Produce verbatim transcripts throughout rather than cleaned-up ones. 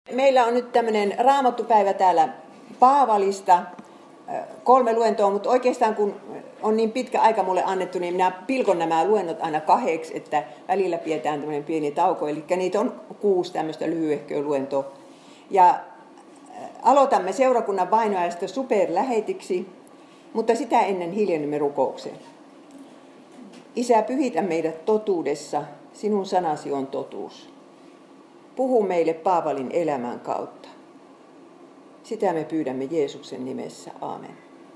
Meillä on nyt tämmöinen raamattupäivä täällä Paavalista, kolme luentoa, mutta oikeastaan kun on niin pitkä aika mulle annettu, niin minä pilkon nämä luennot aina kahdeksi, että välillä pidetään tämmöinen pieni tauko, eli niitä on kuusi tämmöistä lyhyehköä luentoa. Ja aloitamme seurakunnan vainoajasta superlähetiksi, mutta sitä ennen hiljennymme rukoukseen. Isä, pyhitä meidät totuudessa, sinun sanasi on totuus. Puhu meille Paavalin elämän kautta. Sitä me pyydämme Jeesuksen nimessä. Aamen.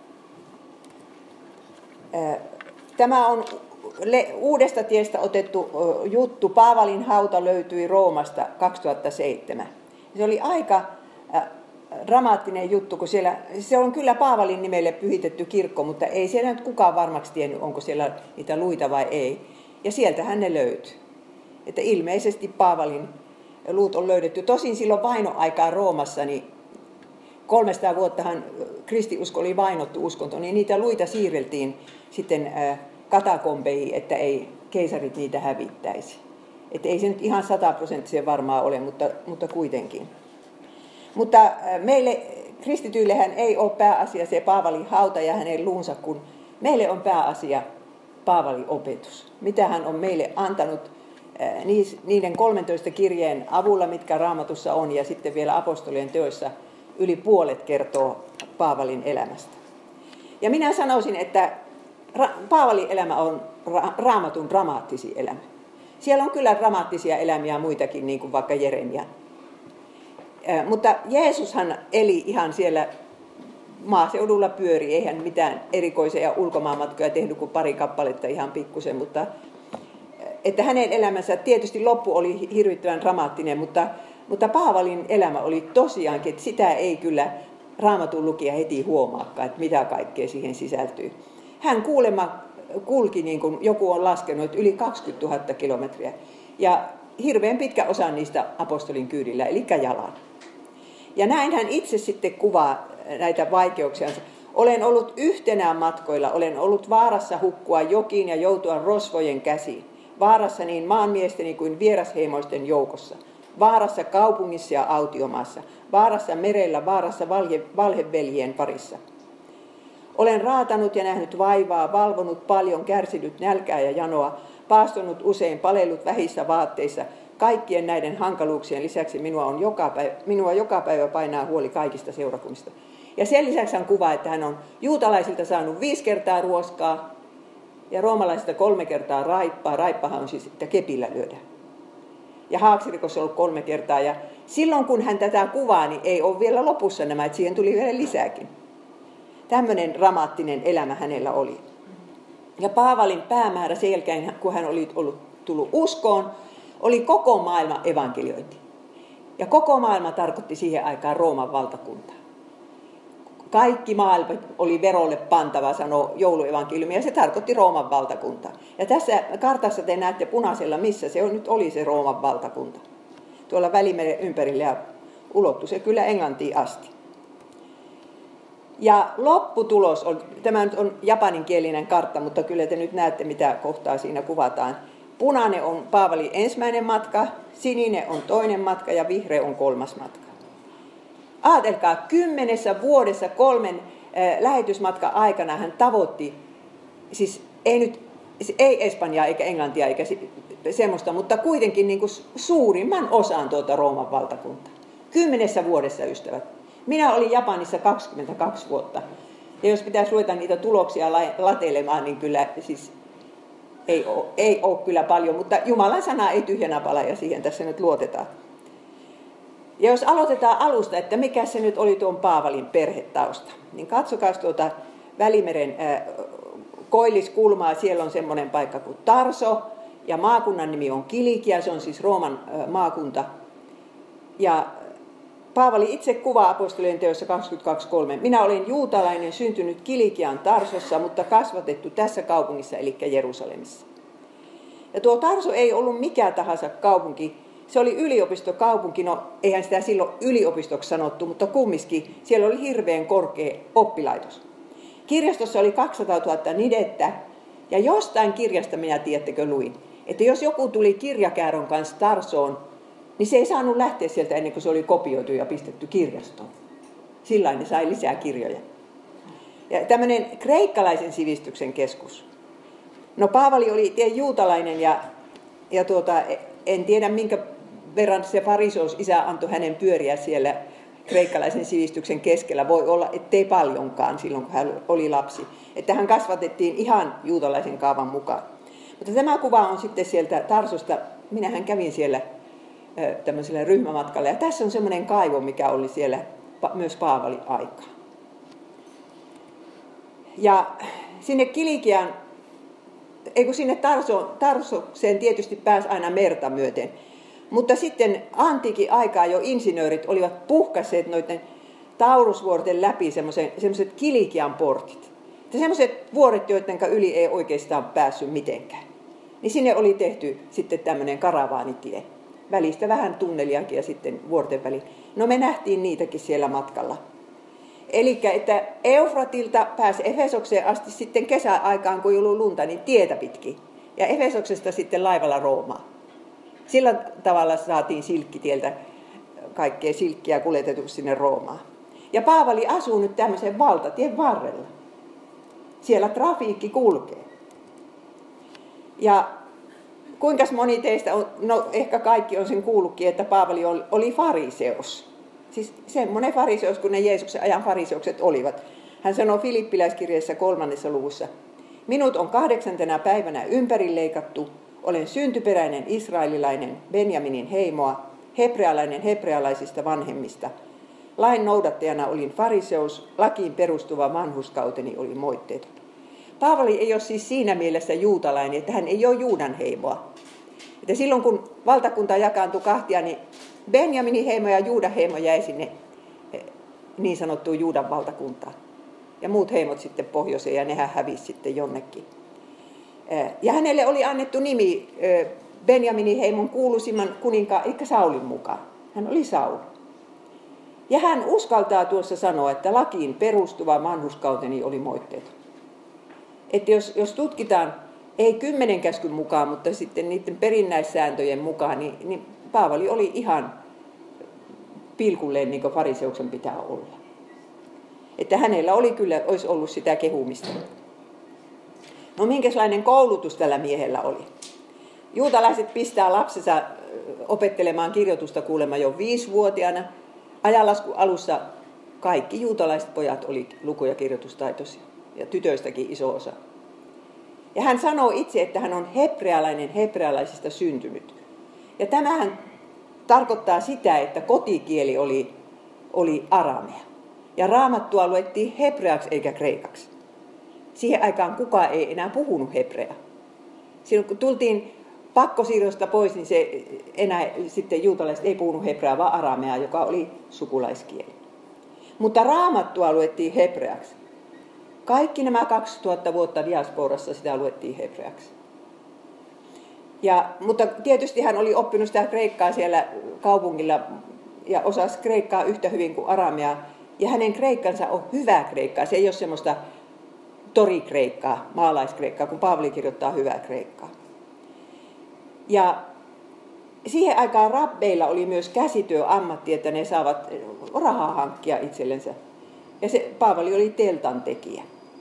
Tämä on Uudesta tiestä otettu juttu. Paavalin hauta löytyi Roomasta kaksituhattaseitsemän. Se oli aika dramaattinen juttu, kun siellä, se on kyllä Paavalin nimelle pyhitetty kirkko, mutta ei siellä nyt kukaan varmaksi tiennyt, onko siellä niitä luita vai ei. Ja sieltähän ne löytyi. Että ilmeisesti Paavalin luut on löydetty. Tosin silloin vainoaikaan Roomassa, niin kolmesataa vuottahan kristiusko oli vainottu uskonto, niin niitä luita siirreltiin sitten katakombeihin, että ei keisarit niitä hävittäisi. Että ei se nyt ihan sataprosenttisen varmaa ole, mutta, mutta kuitenkin. Mutta meille kristityillehän ei ole pääasia se Paavalin hauta ja hänen luunsa, kun meille on pääasia Paavalin opetus. Mitä hän on meille antanut niiden kolmentoista kirjeen avulla, mitkä Raamatussa on, ja sitten vielä apostolien teoissa yli puolet kertoo Paavalin elämästä. Ja minä sanoisin, että Paavalin elämä on Raamatun dramaattisin elämä. Siellä on kyllä dramaattisia elämiä muitakin, niin kuin vaikka Jeremia. Mutta Jeesushan eli ihan siellä maaseudulla pyöri, eihän mitään erikoisia ulkomaanmatkoja tehnyt kuin pari kappaletta ihan pikkusen, mutta että hänen elämänsä tietysti loppu oli hirvittävän dramaattinen, mutta, mutta Paavalin elämä oli tosiaankin, että sitä ei kyllä Raamatun lukija heti huomaakaan, että mitä kaikkea siihen sisältyy. Hän kuulemma kulki, niin kuin joku on laskenut, yli kaksikymmentätuhatta kilometriä ja hirveän pitkä osa niistä apostolin kyydillä, eli jalan. Ja näin hän itse sitten kuvaa näitä vaikeuksiansa. Olen ollut yhtenään matkoilla, olen ollut vaarassa hukkua jokiin ja joutua rosvojen käsiin. Vaarassa niin maanmiesteni kuin vierasheimoisten joukossa. Vaarassa kaupungissa ja autiomaassa. Vaarassa merellä, vaarassa valhe, valheveljien parissa. Olen raatanut ja nähnyt vaivaa, valvonut paljon, kärsinyt nälkää ja janoa, paastonut usein, palellut vähissä vaatteissa. Kaikkien näiden hankaluuksien lisäksi minua, on joka päivä, minua joka päivä painaa huoli kaikista seurakunnista. Ja sen lisäksi hän kuvaa, että hän on juutalaisilta saanut viisi kertaa ruoskaa ja roomalaisilta kolme kertaa raippaa. Raippahan on siis, että kepillä lyödä. Ja haaksirikossa on ollut kolme kertaa. Ja silloin kun hän tätä kuvaa, niin ei ole vielä lopussa nämä, että siihen tuli vielä lisääkin. Tämmöinen dramaattinen elämä hänellä oli. Ja Paavalin päämäärä sen jälkeen, kun hän oli ollut, tullut uskoon, oli koko maailman evankeliointi. Ja koko maailma tarkoitti siihen aikaan Rooman valtakuntaa. Kaikki maailma oli verolle pantava, sanoi jouluevankeliumi, ja se tarkoitti Rooman valtakuntaa. Ja tässä kartassa te näette punaisella, missä se nyt oli se Rooman valtakunta. Tuolla Välimeren ympärillä ja ulottui se kyllä Englantiin asti. Ja lopputulos on, tämä nyt on japaninkielinen kartta, mutta kyllä te nyt näette, mitä kohtaa siinä kuvataan. Punainen on Paavalin ensimmäinen matka, sininen on toinen matka ja vihreä on kolmas matka. Aatelkaa, kymmenessä vuodessa kolmen äh, lähetysmatkan aikana hän tavoitti, siis ei nyt, ei Espanjaa eikä Englantia eikä semmoista, mutta kuitenkin niin kuin suurimman osan tuota Rooman valtakuntaa. Kymmenessä vuodessa, ystävät. Minä olin Japanissa kaksikymmentäkaksi vuotta. Ja jos pitäisi ruveta niitä tuloksia latelemaan, niin kyllä siis ei ole, ei ole kyllä paljon, mutta Jumalan sana ei tyhjänä pala ja siihen tässä nyt luotetaan. Ja jos aloitetaan alusta, että mikä se nyt oli tuon Paavalin perhetausta, niin katsokaa tuota Välimeren äh, koilliskulmaa. Siellä on semmoinen paikka kuin Tarso ja maakunnan nimi on Kilikia, se on siis Rooman äh, maakunta. Ja Paavali itse kuvaa apostolien teossa kaksikymmentäkaksi kolme. Minä olen juutalainen, syntynyt Kilikian Tarsossa, mutta kasvatettu tässä kaupungissa, eli Jerusalemissa. Ja tuo Tarso ei ollut mikä tahansa kaupunki. Se oli yliopistokaupunki, no eihän sitä silloin yliopistoksi sanottu, mutta kumminkin siellä oli hirveän korkea oppilaitos. Kirjastossa oli kaksisataatuhatta nidettä, ja jostain kirjasta minä tiedättekö luin, että jos joku tuli kirjakääron kanssa Tarsoon niin se ei saanut lähteä sieltä ennen kuin se oli kopioitu ja pistetty kirjastoon. Sillain ne sai lisää kirjoja. Ja tämmöinen kreikkalaisen sivistyksen keskus. No Paavali oli juutalainen ja, ja tuota, en tiedä minkä verran se fariseus isä antoi hänen pyöriä siellä kreikkalaisen sivistyksen keskellä. Voi olla, ettei paljonkaan silloin, kun hän oli lapsi. Että hän kasvatettiin ihan juutalaisen kaavan mukaan. Mutta tämä kuva on sitten sieltä Tarsosta. Minähän kävin siellä tämmöisellä ryhmämatkalla. Ja tässä on semmoinen kaivo, mikä oli siellä myös Paavalin aikaa. Ja sinne Kilikian, ei kun sinne Tarso, Tarsokseen tietysti pääsi aina merta myöten. Mutta sitten antiikin aikaa jo insinöörit olivat puhkasseet noiden Taurusvuorten läpi semmoiset Kilikian portit. Semmoiset vuoret, joiden yli ei oikeastaan päässyt mitenkään. Niin sinne oli tehty sitten tämmöinen karavaanitie. Välistä vähän tunneliakin ja sitten vuorten väliin. No me nähtiin niitäkin siellä matkalla. Eli että Eufratilta pääsi Efesokseen asti sitten kesäaikaan, kun ei ollut lunta, niin tietä pitkin. Ja Efesoksesta sitten laivalla Roomaan. Sillä tavalla saatiin silkkitieltä kaikkea silkkiä kuljetettu sinne Roomaan. Ja Paavali asuu nyt tämmöisen valtatien varrella. Siellä trafiikki kulkee. Ja kuinka moni teistä on, no ehkä kaikki on sen kuullutkin, että Paavali oli fariseus. Siis semmoinen fariseus, kun ne Jeesuksen ajan fariseukset olivat. Hän sanoi Filippiläiskirjeessä kolmannessa luvussa. Minut on kahdeksantena päivänä ympärileikattu. Olen syntyperäinen israelilainen Benjaminin heimoa, hebrealainen hebrealaisista vanhemmista. Lain noudattajana olin fariseus, lakiin perustuva vanhurskauteni oli moitteeton. Paavali ei ole siis siinä mielessä juutalainen, että hän ei ole Juudan heimoa. Että silloin kun valtakunta jakaantui kahtia, niin Benjaminin heimo ja Juudan heimo jäi sinne niin sanottuun Juudan valtakuntaan. Ja muut heimot sitten pohjoiseen ja nehän hävisi sitten jonnekin. Ja hänelle oli annettu nimi Benjaminin heimon kuuluisimman kuninkaan, eli Saulin mukaan. Hän oli Saul. Ja hän uskaltaa tuossa sanoa, että lakiin perustuva vanhurskauteni oli moitteeton. Että jos, jos tutkitaan, ei kymmenen käskyn mukaan, mutta sitten niiden perinnäissääntöjen mukaan, niin, niin Paavali oli ihan pilkulleen niin kuin fariseuksen pitää olla. Että hänellä oli kyllä, olisi ollut sitä kehumista. No minkälainen koulutus tällä miehellä oli? Juutalaiset pistää lapsensa opettelemaan kirjoitusta kuulemma jo viisivuotiaana. Ajanlaskun alussa kaikki juutalaiset pojat oli luku- ja kirjoitustaitoisia, ja tytöistäkin iso osa. Ja hän sanoo itse, että hän on hebrealainen hebrealaisista syntynyt. Ja tämähän tarkoittaa sitä, että kotikieli oli, oli aramea. Ja raamattua luettiin hebreaksi eikä kreikaksi. Siihen aikaan kukaan ei enää puhunut hebreaa. Silloin kun tultiin pakkosiirrosta pois, niin se enää sitten juutalaiset ei puhunut hebreaa, vaan arameaa, joka oli sukulaiskieli. Mutta raamattua luettiin hebreaksi. Kaikki nämä kaksituhatta vuotta diasporassa sitä luettiin hebreaksi. Ja, mutta tietysti hän oli oppinut sitä kreikkaa siellä kaupungilla ja osasi kreikkaa yhtä hyvin kuin arameaa. Ja hänen kreikkansa on hyvää kreikkaa. Se ei ole semmoista torikreikkaa, maalaiskreikkaa, kun Paavali kirjoittaa hyvää kreikkaa. Ja siihen aikaan rabbeilla oli myös käsityöammatti, että ne saavat rahaa hankkia itsellensä. Ja se Paavali oli teltan tekijä.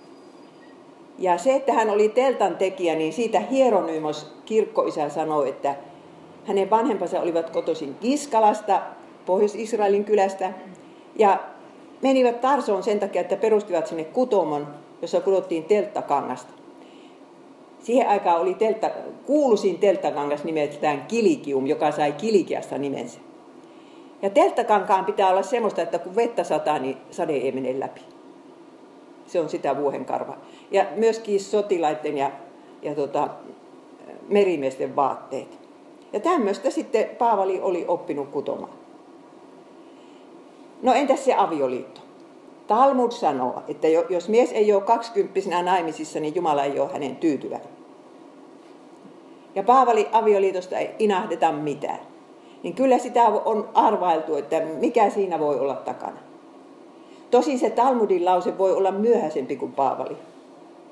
Ja se, että hän oli teltan tekijä, niin siitä Hieronymos kirkkoisä sanoi, että hänen vanhempansa olivat kotoisin Kiskalasta, Pohjois-Israelin kylästä, ja menivät Tarsoon sen takia, että perustivat sinne kutomon, jossa kudottiin telttakangasta. Siihen aikaan oli teltta, kuuluisin telttakangas nimeltään Kilikium, joka sai Kilikiasta nimensä. Ja telttakankaan pitää olla semmoista, että kun vettä sataa, niin sade ei mene läpi. Se on sitä vuohenkarvaa. Ja myöskin sotilaiden ja, ja tota, merimiesten vaatteet. Ja tämmöistä sitten Paavali oli oppinut kutomaan. No entäs se avioliitto? Talmud sanoo, että jos mies ei ole kaksikymppisenä naimisissa, niin Jumala ei ole hänen tyytyväinen. Ja Paavali avioliitosta ei inahdeta mitään. Niin kyllä sitä on arvailtu, että mikä siinä voi olla takana. Tosin se Talmudin lause voi olla myöhäisempi kuin Paavali.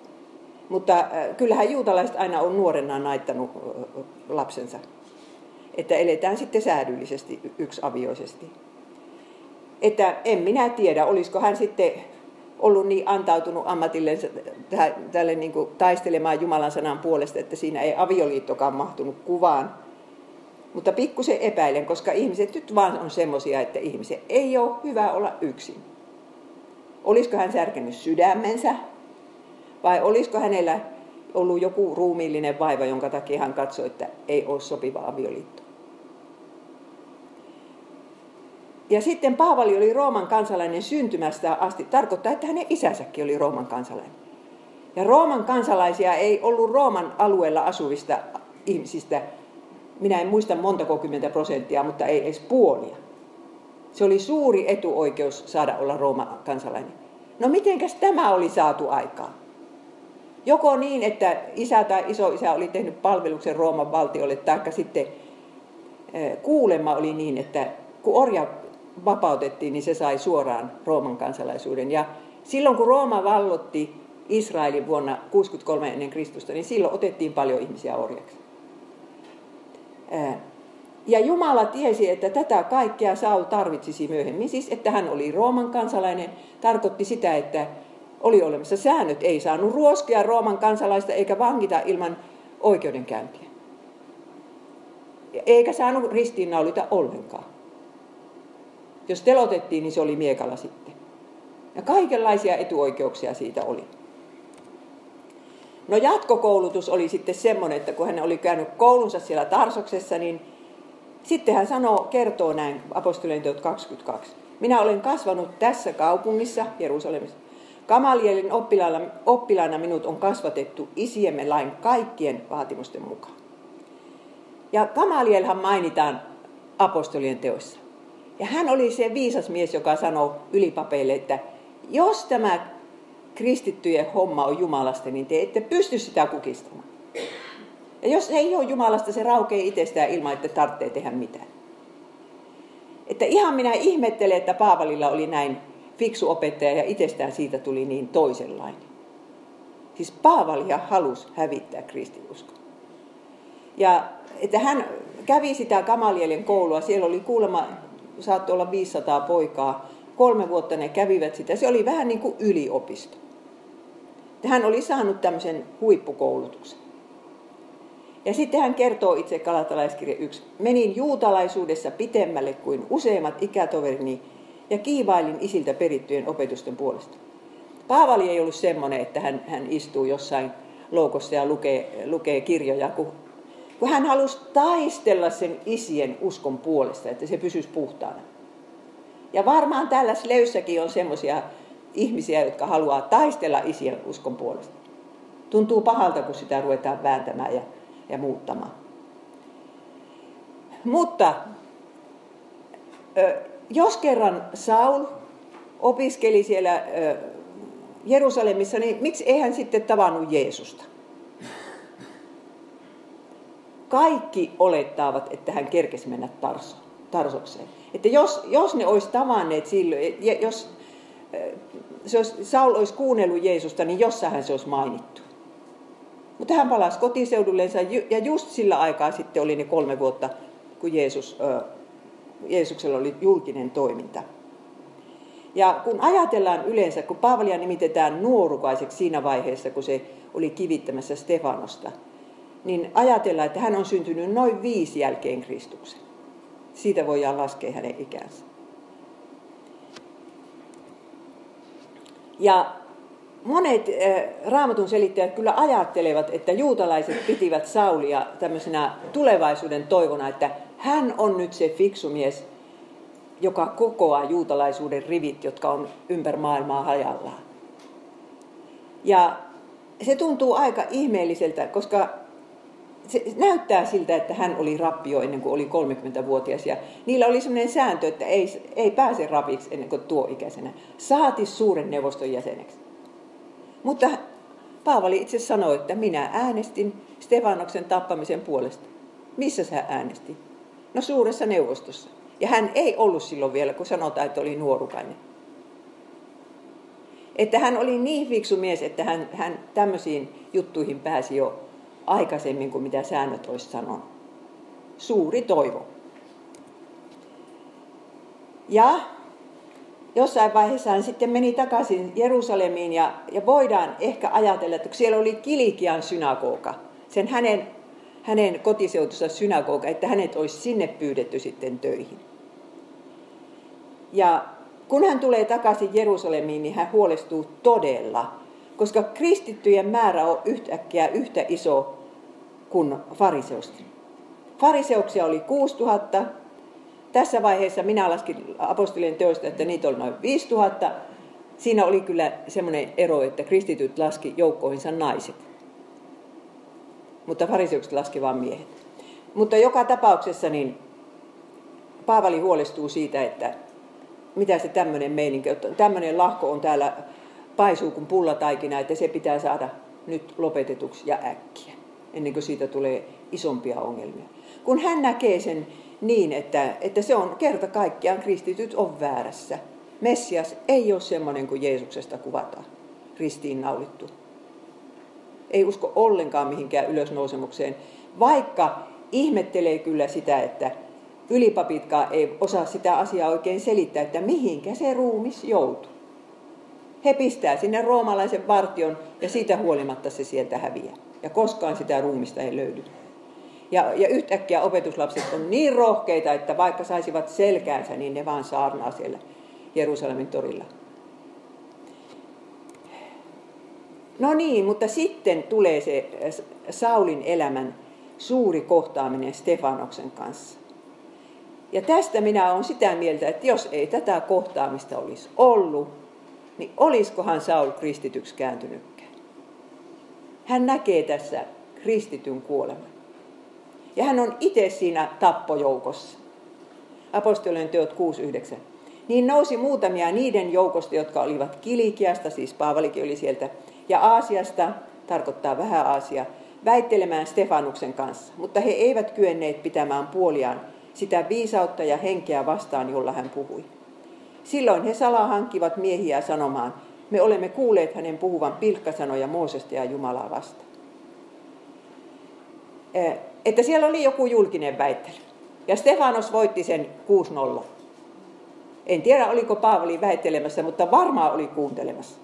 Mutta kyllähän juutalaiset aina on nuorena naittanut lapsensa. että eletään sitten säädyllisesti yksiavioisesti. Että en minä tiedä, olisiko hän sitten ollut niin antautunut ammatillensa tälle niin kuin taistelemaan Jumalan sanan puolesta, että siinä ei avioliittokaan mahtunut kuvaan. Mutta pikkusen epäilen, koska ihmiset nyt vaan on semmoisia, että ihmisen ei ole hyvä olla yksin. Olisiko hän särkenyt sydämensä vai olisiko hänellä ollut joku ruumiillinen vaiva, jonka takia hän katsoi, että ei ole sopiva avioliitto. Ja sitten Paavali oli Rooman kansalainen syntymästä asti. Tarkoittaa, että hänen isänsäkin oli Rooman kansalainen. Ja Rooman kansalaisia ei ollut Rooman alueella asuvista ihmisistä, minä en muista montako kymmentä prosenttia, mutta ei edes puolia. Se oli suuri etuoikeus saada olla Rooman kansalainen. No mitenkäs tämä oli saatu aikaan? Joko niin, että isä tai isoisä oli tehnyt palveluksen Rooman valtiolle, taikka sitten kuulemma oli niin, että kun orja vapautettiin, niin se sai suoraan Rooman kansalaisuuden. Ja silloin kun Rooma vallotti Israelin vuonna kuusikymmentäkolme ennen Kristusta, niin silloin otettiin paljon ihmisiä orjaksi. Ja Jumala tiesi, että tätä kaikkea Saul tarvitsisi myöhemmin. Siis, että hän oli Rooman kansalainen, tarkoitti sitä, että oli olemassa säännöt. Ei saanut ruoskea Rooman kansalaista eikä vangita ilman oikeudenkäyntiä. Eikä saanut ristiinnaulita ollenkaan. Jos telotettiin, niin se oli miekalla sitten. Ja kaikenlaisia etuoikeuksia siitä oli. No jatkokoulutus oli sitten semmoinen, että kun hän oli käynyt koulunsa siellä Tarsoksessa, niin sitten hän sanoo, kertoo näin apostolien teot kaksikymmentäkaksi. Minä olen kasvanut tässä kaupungissa, Jerusalemissa. Gamalielin oppilaana, oppilaana minut on kasvatettu isiemme lain kaikkien vaatimusten mukaan. Ja Gamalielhan mainitaan apostolien teoissa. Ja hän oli se viisas mies, joka sanoi ylipapeille, että jos tämä kristittyjen homma on Jumalasta, niin te ette pysty sitä kukistamaan. Ja jos ei ole Jumalasta, se raukeaa itsestään ilman, että tarvitsee tehdä mitään. Että ihan minä ihmettelen, että Paavalilla oli näin fiksu opettaja ja itsestään siitä tuli niin toisenlainen. Siis Paavalia halusi hävittää kristinuskon. Ja että hän kävi sitä Gamalielin koulua, siellä oli kuulemma, saattoi olla viisisataa poikaa, kolme vuotta ne kävivät sitä, se oli vähän niin kuin yliopisto. Hän oli saanut tämmöisen huippukoulutuksen. Ja sitten hän kertoo itse Galatalaiskirja yksi. Menin juutalaisuudessa pitemmälle kuin useimmat ikätoverini ja kiivailin isiltä perittyjen opetusten puolesta. Paavali ei ollut semmoinen, että hän, hän istuu jossain loukossa ja lukee, lukee kirjoja, kun, kun hän halusi taistella sen isien uskon puolesta, että se pysyisi puhtaana. Ja varmaan täällä Sleyssäkin on semmoisia ihmisiä, jotka haluaa taistella isien uskon puolesta. Tuntuu pahalta, kun sitä ruvetaan vääntämään ja, ja muuttamaan. Mutta jos kerran Saul opiskeli siellä Jerusalemissa, niin miksi ei hän sitten tavannut Jeesusta? Kaikki olettavat, että hän kerkesi mennä Tarso, Tarsokseen. Että jos, jos ne olisi tavanneet silloin, jos se olisi, Saul olisi kuunnellut Jeesusta, niin jossain se olisi mainittu. Mutta hän palasi kotiseudullensa ja just sillä aikaa sitten oli ne kolme vuotta, kun Jeesus, Jeesuksella oli julkinen toiminta. Ja kun ajatellaan yleensä, kun Paavalia nimitetään nuorukaiseksi siinä vaiheessa, kun se oli kivittämässä Stefanosta, niin ajatellaan, että hän on syntynyt noin viisi jälkeen Kristuksen. Siitä voidaan laskea hänen ikänsä. Ja monet äh, Raamatun selittäjät kyllä ajattelevat, että juutalaiset pitivät Saulia tämmöisenä tulevaisuuden toivona, että hän on nyt se fiksu mies, joka kokoaa juutalaisuuden rivit, jotka on ympäri maailmaa hajallaan. Ja se tuntuu aika ihmeelliseltä, koska se näyttää siltä, että hän oli rappi jo ennen kuin oli kolmekymmentävuotias. Ja niillä oli sellainen sääntö, että ei, ei pääse rapiksi ennen kuin tuo ikäisenä. Saati suuren neuvoston jäseneksi. Mutta Paavali itse sanoi, että minä äänestin Stefanoksen tappamisen puolesta. Missä sä äänestit? No suuressa neuvostossa. Ja hän ei ollut silloin vielä, kun sanotaan, että oli nuorukainen. Että hän oli niin fiksu mies, että hän, hän tämmöisiin juttuihin pääsi jo aikaisemmin kuin mitä säännöt olisi sanonut. suuri toivo. Ja jossain vaiheessa hän sitten meni takaisin Jerusalemiin ja, ja voidaan ehkä ajatella, että kun siellä oli Kilikian synagoga, sen hänen, hänen kotiseutunsa synagoga, että hänet olisi sinne pyydetty sitten töihin. Ja kun hän tulee takaisin Jerusalemiin, niin hän huolestuu todella, koska kristittyjen määrä on yhtäkkiä yhtä iso kuin fariseusten. Fariseuksia oli kuusituhatta. Tässä vaiheessa minä laskin apostolien teosta, että niitä oli noin viisituhatta. Siinä oli kyllä semmoinen ero, että kristityt laski joukkoihinsa naiset. Mutta fariseukset laski vain miehet. Mutta joka tapauksessa niin Paavali huolestuu siitä, että mitä se tämmöinen meininki, tämmöinen lahko on täällä paisuu kuin pullataikina, että se pitää saada nyt lopetetuksi ja äkkiä, ennen kuin siitä tulee isompia ongelmia. Kun hän näkee sen niin, että, että se on kerta kaikkiaan kristityt on väärässä. Messias ei ole semmoinen kuin Jeesuksesta kuvataan, ristiin naulittu. Ei usko ollenkaan mihinkään ylösnousemukseen, vaikka ihmettelee kyllä sitä, että ylipapitkaan ei osaa sitä asiaa oikein selittää, että mihinkä se ruumis joutuu. He pistää sinne roomalaisen vartion ja siitä huolimatta se sieltä häviää. Ja koskaan sitä ruumista ei löydy. Ja, ja yhtäkkiä opetuslapset on niin rohkeita, että vaikka saisivat selkäänsä, niin ne vaan saarnaa siellä Jerusalemin torilla. No niin, mutta sitten tulee se Saulin elämän suuri kohtaaminen Stefanoksen kanssa. Ja tästä minä olen sitä mieltä, että jos ei tätä kohtaamista olisi ollut, niin olisikohan Saul kristityksi kääntynytkään. Hän näkee tässä kristityn kuoleman. Ja hän on itse siinä tappojoukossa. Apostolien teot kuusi yhdeksän. Niin nousi muutamia niiden joukosta, jotka olivat Kilikiasta, siis Paavalikin oli sieltä, ja Aasiasta, tarkoittaa vähän Aasia, väittelemään Stefanuksen kanssa. Mutta he eivät kyenneet pitämään puoliaan sitä viisautta ja henkeä vastaan, jolla hän puhui. Silloin he salaa hankkivat miehiä sanomaan, me olemme kuulleet hänen puhuvan pilkkasanoja Moosesta ja Jumalaa vastaan. Että siellä oli joku julkinen väittely. Ja Stefanos voitti sen kuusi nolla. En tiedä, oliko Paavali väittelemässä, mutta varmaan oli kuuntelemassa.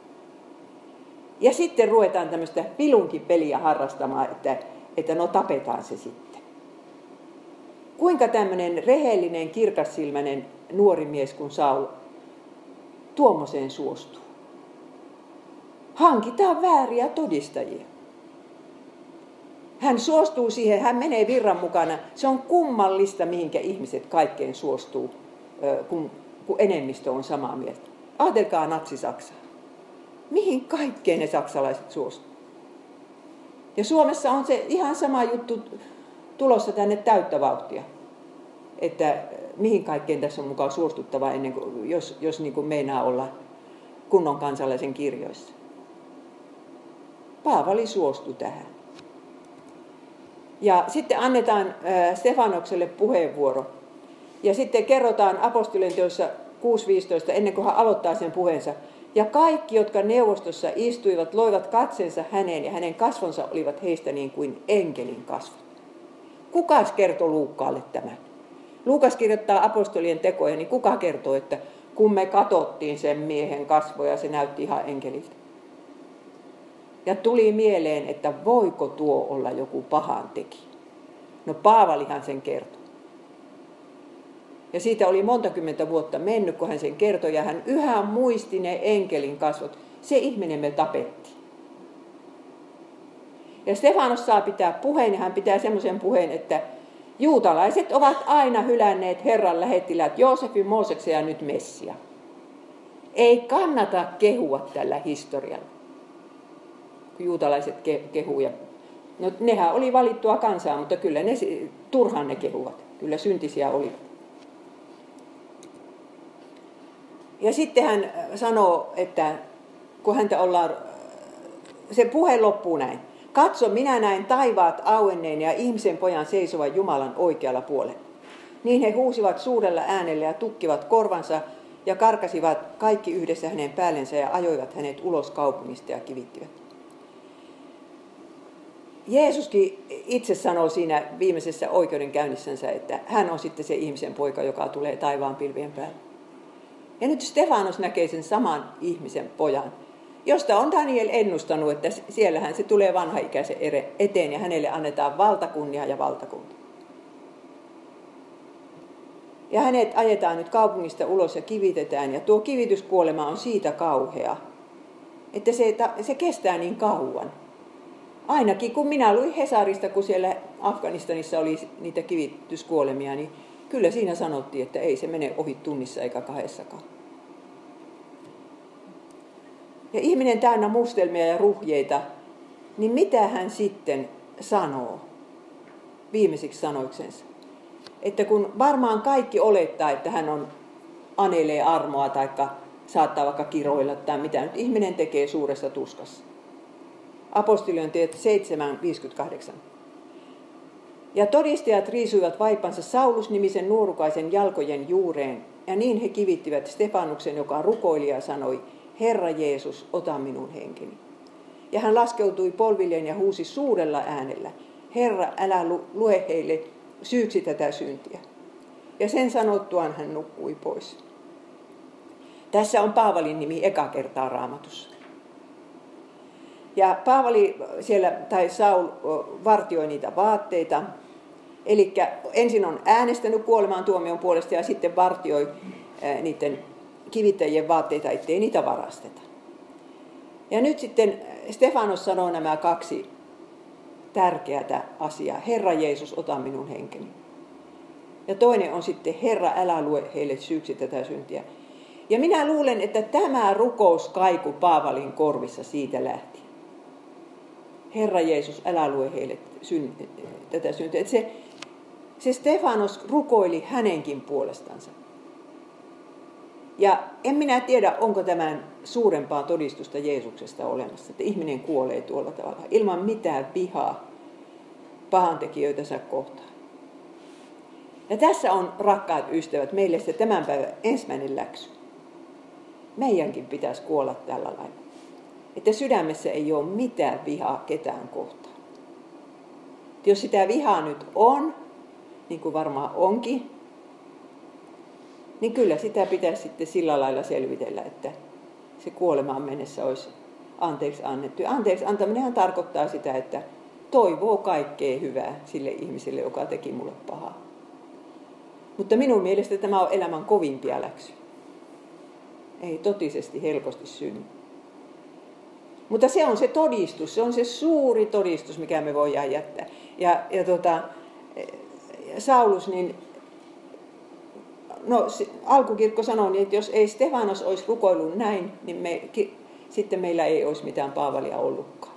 Ja sitten ruvetaan tämmöistä vilunkipeliä harrastamaan, että, että no tapetaan se sitten. Kuinka tämmöinen rehellinen, kirkassilmäinen nuori mies kuin Saul tuommoiseen suostuu? Hankitaan vääriä todistajia. Hän suostuu siihen, hän menee virran mukana. Se on kummallista, mihinkä ihmiset kaikkeen suostuu, kun, kun enemmistö on samaa mieltä. Ajatelkaa natsi-Saksaa. Mihin kaikkeen ne saksalaiset suostuu? Ja Suomessa on se ihan sama juttu tulossa tänne täyttä vauhtia. Että mihin kaikkeen tässä on mukaan suostuttava, ennen kuin, jos, jos niin kuin meinaa olla kunnon kansalaisen kirjoissa. Paavali suostui tähän. Ja sitten annetaan Stefanokselle puheenvuoro. Ja sitten kerrotaan apostolien teossa kuusi viisitoista ennen kuin hän aloittaa sen puheensa. Ja kaikki, jotka neuvostossa istuivat, loivat katsensa häneen ja hänen kasvonsa olivat heistä niin kuin enkelin kasvot. Kukas kertoi Luukkaalle tämän? Luukas kirjoittaa apostolien tekoja, niin kuka kertoo, että kun me katsottiin sen miehen kasvoja, se näytti ihan enkeliltä. Ja tuli mieleen, että voiko tuo olla joku pahantekijä. No Paavalihan sen kertoi. Ja siitä oli monta kymmentä vuotta mennyt, kun hän sen kertoi, ja hän yhä muisti ne enkelin kasvot. Se ihminen me tapettiin. Ja Stefanos saa pitää puheen, ja hän pitää semmoisen puheen, että juutalaiset ovat aina hylänneet Herran lähettiläät Joosefin, Mooseksen ja nyt Messia. Ei kannata kehua tällä historialla, kun juutalaiset kehuu. No nehän oli valittua kansaa, mutta kyllä ne turhaan ne kehuvat. Kyllä syntisiä olivat. Ja sitten hän sanoo, että kun häntä ollaan, se puhe loppuu näin. Katso, minä näin taivaat auenneen ja ihmisen pojan seisovan Jumalan oikealla puolella. Niin he huusivat suurella äänellä ja tukkivat korvansa ja karkasivat kaikki yhdessä hänen päällensä ja ajoivat hänet ulos kaupungista ja kivittivät. Jeesuskin itse sanoo siinä viimeisessä oikeudenkäynnissänsä, että hän on sitten se ihmisen poika, joka tulee taivaan pilvien päälle. Ja nyt Stefanos näkee sen saman ihmisen pojan, josta on Daniel ennustanut, että siellähän se tulee vanhaikäisen eteen ja hänelle annetaan valtakunnia ja valtakunta. Ja hänet ajetaan nyt kaupungista ulos ja kivitetään, ja tuo kivityskuolema on siitä kauhea, että se, se kestää niin kauan. Ainakin kun minä luin Hesarista, kun siellä Afganistanissa oli niitä kivityskuolemia, niin kyllä siinä sanottiin, että ei se mene ohi tunnissa eikä kahdessakaan. Ja ihminen täynnä mustelmia ja ruhjeita, niin mitä hän sitten sanoo viimeisiksi sanoiksensa? Että kun varmaan kaikki olettaa, että hän on anelee armoa tai saattaa vaikka kiroilla tai mitä nyt ihminen tekee suuressa tuskassa. Apostolien teot seitsemän viisikymmentäkahdeksan. Ja todistajat riisuivat vaipansa Saulus-nimisen nuorukaisen jalkojen juureen, ja niin he kivittivät Stefanuksen, joka rukoili ja sanoi, Herra Jeesus, ota minun henkeni. Ja hän laskeutui polvilleen ja huusi suurella äänellä, Herra, älä lue heille syyksi tätä syntiä. Ja sen sanottuaan hän nukkui pois. Tässä on Paavalin nimi eka kertaa Raamatussa. Ja Paavali siellä, tai Saul, vartioi niitä vaatteita. Eli ensin on äänestänyt kuolemaan tuomion puolesta ja sitten vartioi niiden kivittäjien vaatteita, ettei niitä varasteta. Ja nyt sitten Stefanos sanoo nämä kaksi tärkeää asiaa. Herra Jeesus, ota minun henkeni. Ja toinen on sitten, Herra, älä lue heille syyksi tätä syntiä. Ja minä luulen, että tämä rukous kaiku Paavalin korvissa siitä lähtien. Herra Jeesus, älä lue heille syn, tätä syntiä. Että se, se Stefanos rukoili hänenkin puolestansa. Ja en minä tiedä, onko tämän suurempaa todistusta Jeesuksesta olemassa, että ihminen kuolee tuolla tavalla, ilman mitään vihaa pahantekijöitänsä kohtaan. Ja tässä on, rakkaat ystävät, meille se tämän päivän ensimmäinen läksy. Meidänkin pitäisi kuolla tällä lailla. Että sydämessä ei ole mitään vihaa ketään kohtaan. Jos sitä vihaa nyt on, niin kuin varmaan onkin, niin kyllä sitä pitäisi sitten sillä lailla selvitellä, että se kuolemaan mennessä olisi anteeksi annettu. Ja anteeksi antaminenhan tarkoittaa sitä, että toivoo kaikkea hyvää sille ihmiselle, joka teki mulle pahaa. Mutta minun mielestä tämä on elämän kovimpia läksyjä. Ei totisesti helposti synny. Mutta se on se todistus, se on se suuri todistus, mikä me voidaan jättää. Ja, ja tota, Saulus, niin no, alkukirkko sanoi, niin, että jos ei Stefanos olisi rukoillut näin, niin me, ki, sitten meillä ei olisi mitään Paavalia ollutkaan.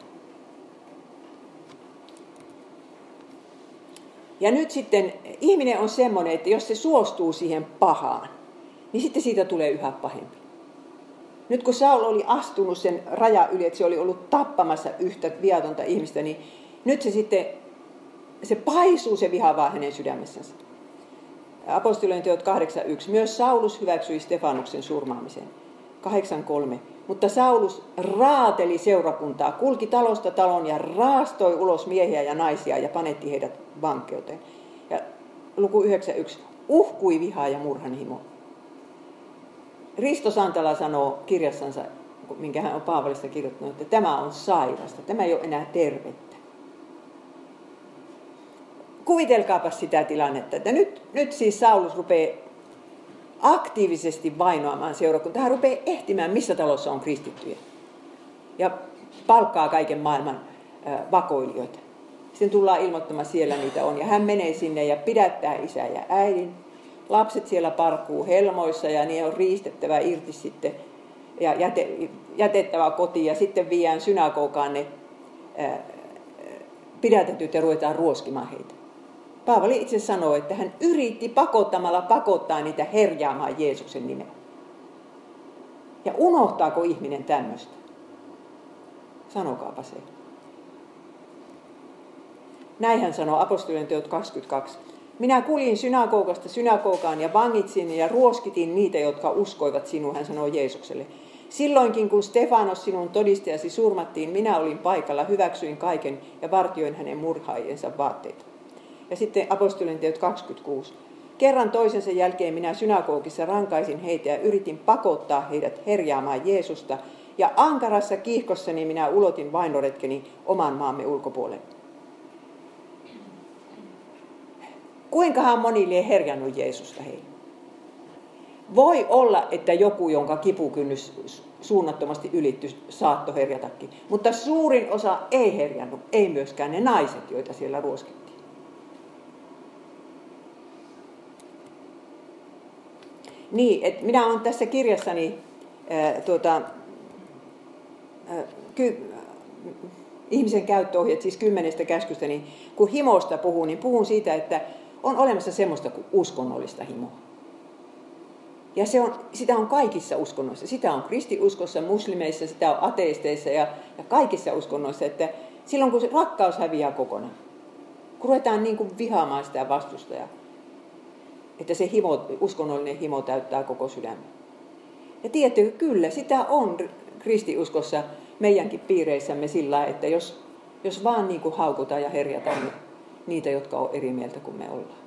Ja nyt sitten ihminen on semmoinen, että jos se suostuu siihen pahaan, niin sitten siitä tulee yhä pahempi. Nyt kun Saul oli astunut sen rajan yli, että se oli ollut tappamassa yhtä viatonta ihmistä, niin nyt se sitten, se paisuu se viha vaan hänen sydämessänsä. Apostolien teot kahdeksan yksi. Myös Saulus hyväksyi Stefanuksen surmaamisen. kahdeksan kolme. Mutta Saulus raateli seurakuntaa, kulki talosta talon ja raastoi ulos miehiä ja naisia ja panetti heidät vankeuteen. Ja luku yhdeksän yksi. Uhkui vihaa ja murhanhimo. Risto Santala sanoo kirjassansa, minkä hän on Paavalista kirjoittanut, että tämä on sairasta, tämä ei ole enää tervettä. Kuvitelkaapa sitä tilannetta, että nyt, nyt siis Saulus rupeaa aktiivisesti vainoamaan seurakuntaa. Hän rupeaa ehtimään, missä talossa on kristittyjä. Ja palkkaa kaiken maailman äh, vakoilijoita. Sitten tullaan ilmoittamaan, siellä niitä on. Ja hän menee sinne ja pidättää isä ja äidin. Lapset siellä parkuu helmoissa ja niin on riistettävä irti sitten ja jäte, jätettävä kotiin. Ja sitten viedään synagogaan ne äh, pidätetyt ja ruvetaan ruoskimaan heitä. Paavali itse sanoo, että hän yritti pakottamalla pakottaa niitä herjaamaan Jeesuksen nimen. Ja unohtaako ihminen tämmöistä? Sanokaapa se. Näin hän sanoo apostolien teot kaksikymmentäkaksi. Minä kuljin synagogasta synagogaan ja vangitsin ja ruoskitin niitä, jotka uskoivat sinuun, hän sanoo Jeesukselle. Silloinkin kun Stefanos sinun todistajasi surmattiin, minä olin paikalla, hyväksyin kaiken ja vartioin hänen murhaajiensa vaatteita. Ja sitten apostolien teot kaksikymmentäkuusi. Kerran toisensa jälkeen minä synagogissa rankaisin heitä ja yritin pakottaa heidät herjaamaan Jeesusta. Ja ankarassa kiihkossani minä ulotin vainoretkeni oman maamme ulkopuolelle. Kuinkahan moni lie herjannut Jeesusta heille? Voi olla, että joku, jonka kipukynnys suunnattomasti ylitty, saattoi herjatakin. Mutta suurin osa ei herjannut, ei myöskään ne naiset, joita siellä ruoskittiin. Niin, että minä olen tässä kirjassani ää, tuota, ää, ky, ihmisen käyttöohjeet, siis kymmenestä käskystä, niin kun himosta puhun, niin puhun siitä, että on olemassa semmoista kuin uskonnollista himoa. Ja se on, sitä on kaikissa uskonnoissa. Sitä on kristiuskossa, muslimeissa, sitä on ateisteissa ja, ja kaikissa uskonnoissa. Että silloin kun se rakkaus häviää kokonaan, kun ruvetaan niin kuin vihaamaan sitä vastustajaa, että se himo, uskonnollinen himo täyttää koko sydämen. Ja tiedättekö, kyllä, sitä on kristiuskossa meidänkin piireissämme sillä, että jos, jos vaan niin kuin haukutaan ja herjataan niitä, jotka on eri mieltä kuin me ollaan.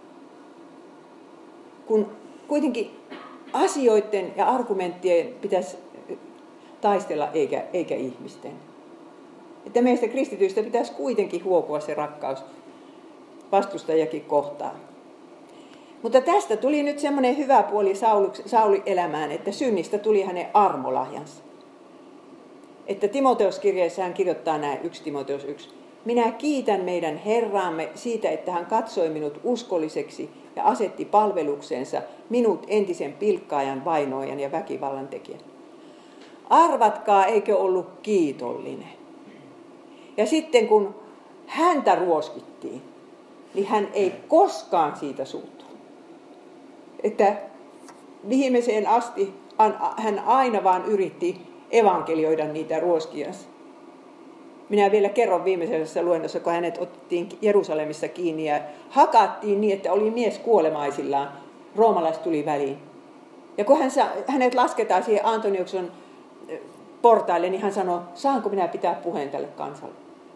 Kun kuitenkin asioiden ja argumenttien pitäisi taistella eikä, eikä ihmisten. Että meistä kristityistä pitäisi kuitenkin huokua se rakkaus vastustajakin kohtaan. Mutta tästä tuli nyt semmoinen hyvä puoli Saulin elämään, että synnistä tuli hänen armolahjansa. Että Timoteuskirjeessä hän kirjoittaa näin, yksi Timoteus yksi. Minä kiitän meidän Herraamme siitä, että hän katsoi minut uskolliseksi ja asetti palveluksensa minut entisen pilkkaajan, vainoajan ja väkivallan tekijän. Arvatkaa, eikö ollut kiitollinen. Ja sitten kun häntä ruoskittiin, niin hän ei koskaan siitä suuttunut. Että viimeiseen asti hän aina vaan yritti evankelioida niitä ruoskiansa. Minä vielä kerron viimeisessä luennossa, kun hänet otettiin Jerusalemissa kiinni ja hakattiin niin, että oli mies kuolemaisillaan. Roomalaiset tuli väliin. Ja kun hän, hänet lasketaan siihen Antoniuksen portaille, niin hän sanoi, saanko minä pitää puheen tälle kansalle?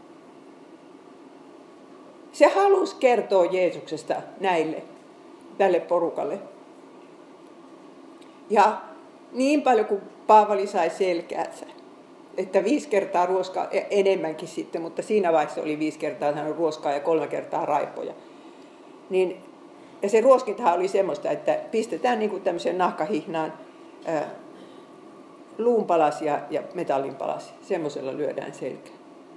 Se halusi kertoa Jeesuksesta näille, tälle porukalle. Ja niin paljon kuin Paavali sai selkäänsä, että viisi kertaa ruoskaa, enemmänkin sitten, mutta siinä vaiheessa oli viisi kertaa saanut ruoskaa ja kolme kertaa raipoja. Niin, ja se ruoskintahan oli semmoista, että pistetään niin kuin tämmöiseen nahkahihnaan ää, luunpalasia ja metallinpalasia. Semmoisella lyödään selkään.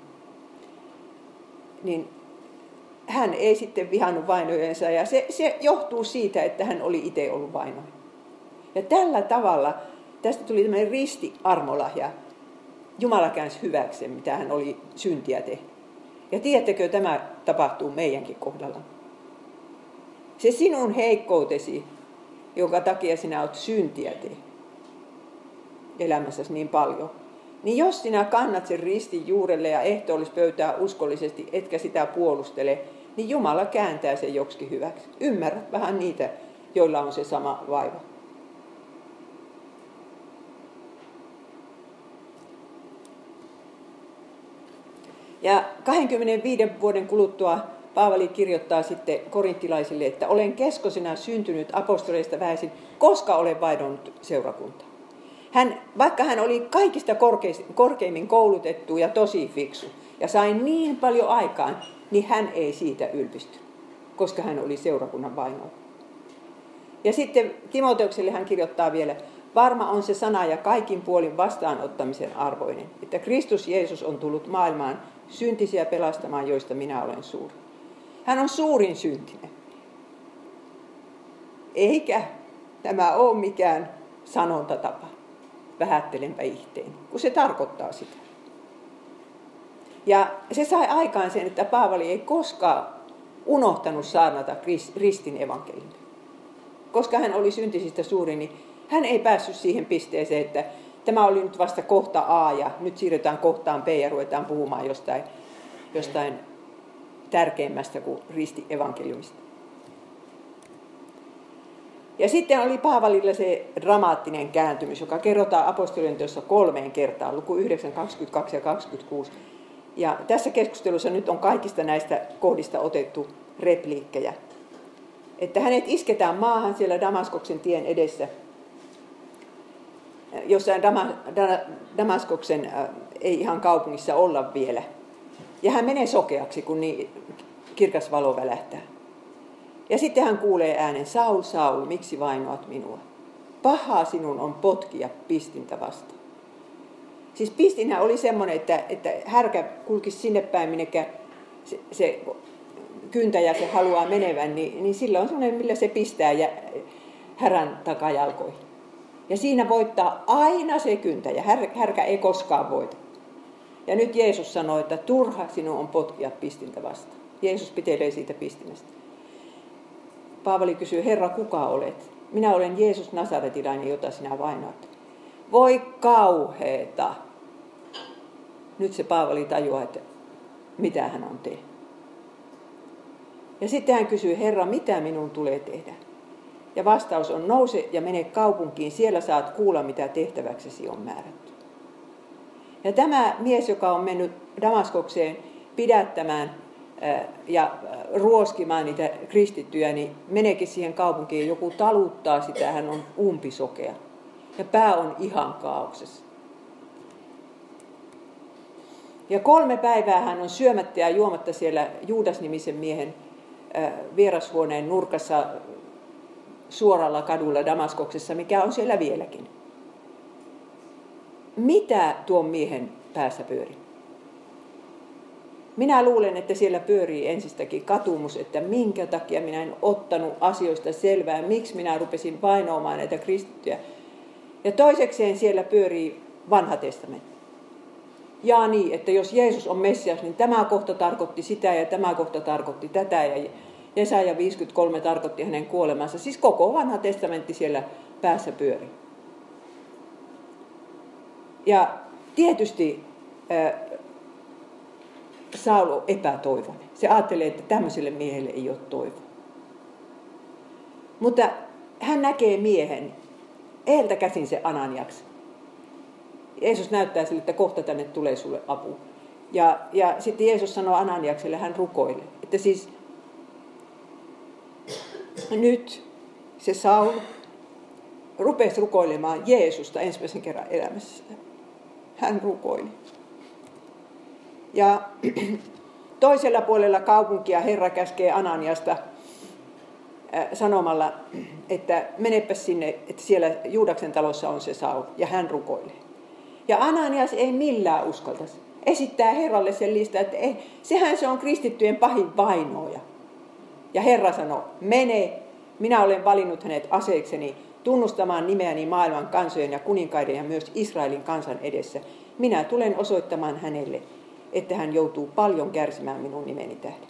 Niin hän ei sitten vihannut vainojensa ja se, se johtuu siitä, että hän oli itse ollut vainoja. Ja tällä tavalla tästä tuli tämmöinen risti-armolahja. Jumala käänsi hyväksi, mitä hän oli syntiä tehnyt. Ja tiedättekö, tämä tapahtuu meidänkin kohdalla. Se sinun heikkoutesi, jonka takia sinä olet syntiä tehnyt elämässäsi niin paljon, niin jos sinä kannat sen ristin juurelle ja ehtoollispöytää uskollisesti, etkä sitä puolustele, niin Jumala kääntää sen joksikin hyväksi. Ymmärrät vähän niitä, joilla on se sama vaiva. Ja kaksikymmentäviisi vuoden kuluttua Paavali kirjoittaa sitten korinttilaisille, että olen keskosena syntynyt apostoleista vähäisin, koska olen vainonnut seurakuntaa. Hän, vaikka hän oli kaikista korkeimmin koulutettu ja tosi fiksu ja sai niin paljon aikaan, niin hän ei siitä ylpisty, koska hän oli seurakunnan vainoa. Ja sitten Timoteukselle hän kirjoittaa vielä, varma on se sana ja kaikin puolin vastaanottamisen arvoinen, että Kristus Jeesus on tullut maailmaan syntisiä pelastamaan, joista minä olen suuri. Hän on suurin syntinen. Eikä tämä ole mikään sanontatapa. Vähättelenpä ihteen, kun se tarkoittaa sitä. Ja se sai aikaan sen, että Paavali ei koskaan unohtanut saarnata ristin evankeliumia. Koska hän oli syntisistä suuri, niin hän ei päässyt siihen pisteeseen, että tämä oli nyt vasta kohta A ja nyt siirrytään kohtaan B ja ruvetaan puhumaan jostain, jostain tärkeimmästä kuin risti evankeliumista. Ja sitten oli Paavalilla se dramaattinen kääntymys, joka kerrotaan apostolien teossa kolmeen kertaan, luku yhdeksän, kaksikymmentäkaksi ja kaksikymmentäkuusi. Ja tässä keskustelussa nyt on kaikista näistä kohdista otettu repliikkejä. Että hänet isketään maahan siellä Damaskoksen tien edessä, jossain Dama, Damaskoksen äh, ei ihan kaupungissa olla vielä. Ja hän menee sokeaksi, kun niin kirkas valo välähtää. Ja sitten hän kuulee äänen, Saul, Saul, miksi vainoat minua? Pahaa sinun on potkia pistintä vastaan. Siis pistinhän oli semmoinen, että, että härkä kulkisi sinne päin, minnekä se, se kyntäjä se haluaa menevän, niin, niin sillä on semmoinen, millä se pistää ja, härän takajalkoihin. Ja siinä voittaa aina se kyntäjä, Här, härkä ei koskaan voita. Ja nyt Jeesus sanoi, että turha sinun on potkia pistintä vastaan. Jeesus pitelee siitä pistimestä. Paavali kysyy, Herra, kuka olet? Minä olen Jeesus Nasaretilainen, jota sinä vainoat. Voi kauheeta. Nyt se Paavali tajuaa, että mitä hän on tehnyt. Ja sitten hän kysyy, Herra, mitä minun tulee tehdä? Ja vastaus on, nouse ja mene kaupunkiin, siellä saat kuulla, mitä tehtäväksesi on määrätty. Ja tämä mies, joka on mennyt Damaskokseen pidättämään ja ruoskimaan niitä kristittyjä, niin meneekin siihen kaupunkiin, joku taluttaa sitä, hän on umpisokea. Ja pää on ihan kaauksessa. Ja kolme päivää hän on syömättä ja juomatta siellä Juudas-nimisen miehen vierashuoneen nurkassa suoralla kadulla Damaskoksessa, mikä on siellä vieläkin. Mitä tuon miehen päässä pyörii? Minä luulen, että siellä pyörii ensistäkin katumus, että minkä takia minä en ottanut asioista selvää, miksi minä rupesin vainoamaan näitä kristittyjä. Ja toisekseen siellä pyörii vanha testamentti. Ja niin, että jos Jeesus on Messias, niin tämä kohta tarkoitti sitä ja tämä kohta tarkoitti tätä. Ja Jesaja viisikymmentäkolme tarkoitti hänen kuolemansa. Siis koko vanha testamentti siellä päässä pyörii. Ja tietysti äh, Saul on epätoivoinen. Se ajattelee, että tämmöiselle miehelle ei ole toivoa. Mutta hän näkee miehen, edeltä käsin se Ananiaksi. Jeesus näyttää sille, että kohta tänne tulee sulle apu. Ja, ja sitten Jeesus sanoo Ananiakselle, hän rukoilee. Että siis nyt se Saul rupesi rukoilemaan Jeesusta ensimmäisen kerran elämässä. Hän rukoili. Ja toisella puolella kaupunkia Herra käskee Ananiasta sanomalla, että menepä sinne, että siellä Juudaksen talossa on se Saul, ja hän rukoilee. Ja Ananias ei millään uskaltaisi. Esittää Herralle sen lista, että ei, sehän se on kristittyjen pahin vainoja. Ja Herra sanoo, mene, minä olen valinnut hänet aseekseni tunnustamaan nimeäni maailman kansojen ja kuninkaiden ja myös Israelin kansan edessä. Minä tulen osoittamaan hänelle, että hän joutuu paljon kärsimään minun nimeni tähden.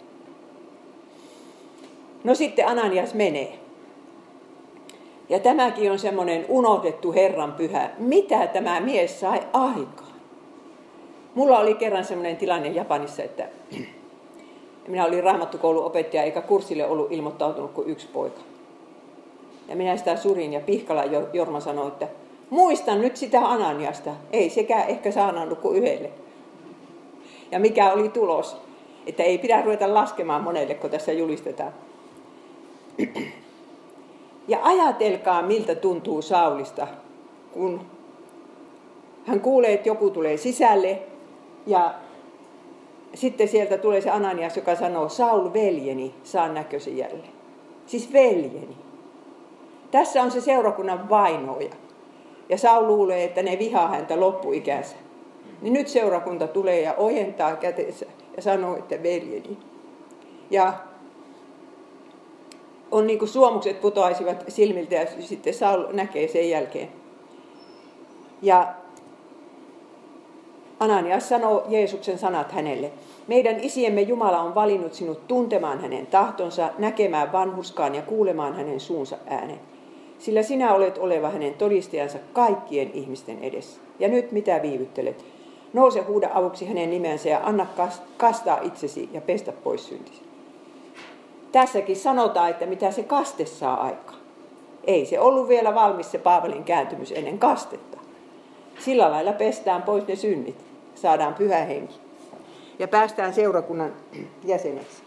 No sitten Ananias menee. Ja tämäkin on semmoinen unohdettu Herran pyhä. Mitä tämä mies sai aikaan? Mulla oli kerran semmoinen tilanne Japanissa, että minä olin raamattukoulun opettaja, eikä kurssille ollut ilmoittautunut kuin yksi poika. Ja minä sitä surin ja Pihkala Jorma sanoi, että muistan nyt sitä Ananiasta. Ei sekään ehkä saanut kuin yhdelle. Ja mikä oli tulos? Että ei pidä ruveta laskemaan monelle, kun tässä julistetaan. Ja ajatelkaa, miltä tuntuu Saulista, kun hän kuulee, että joku tulee sisälle. Ja sitten sieltä tulee se Ananias, joka sanoo, Saul veljeni, saan näkösi jälleen. Siis veljeni. Tässä on se seurakunnan vainoja. Ja Saul luulee, että ne vihaa häntä loppuikänsä. Niin nyt seurakunta tulee ja ojentaa kätensä ja sanoo, että veljeni. Ja on niin kuin suomukset putoaisivat silmiltä ja sitten Saul näkee sen jälkeen. Ja Ananias sanoo Jeesuksen sanat hänelle. Meidän isiemme Jumala on valinnut sinut tuntemaan hänen tahtonsa, näkemään vanhurskaan ja kuulemaan hänen suunsa äänen. Sillä sinä olet oleva hänen todistajansa kaikkien ihmisten edessä. Ja nyt mitä viivyttelet? Nouse, huuda avuksi hänen nimensä ja anna kastaa itsesi ja pestä pois syntisi. Tässäkin sanotaan, että mitä se kaste saa aikaan. Ei se ollut vielä valmis se Paavalin kääntymys ennen kastetta. Sillä lailla pestään pois ne synnit, saadaan pyhä henki ja päästään seurakunnan jäseneksi.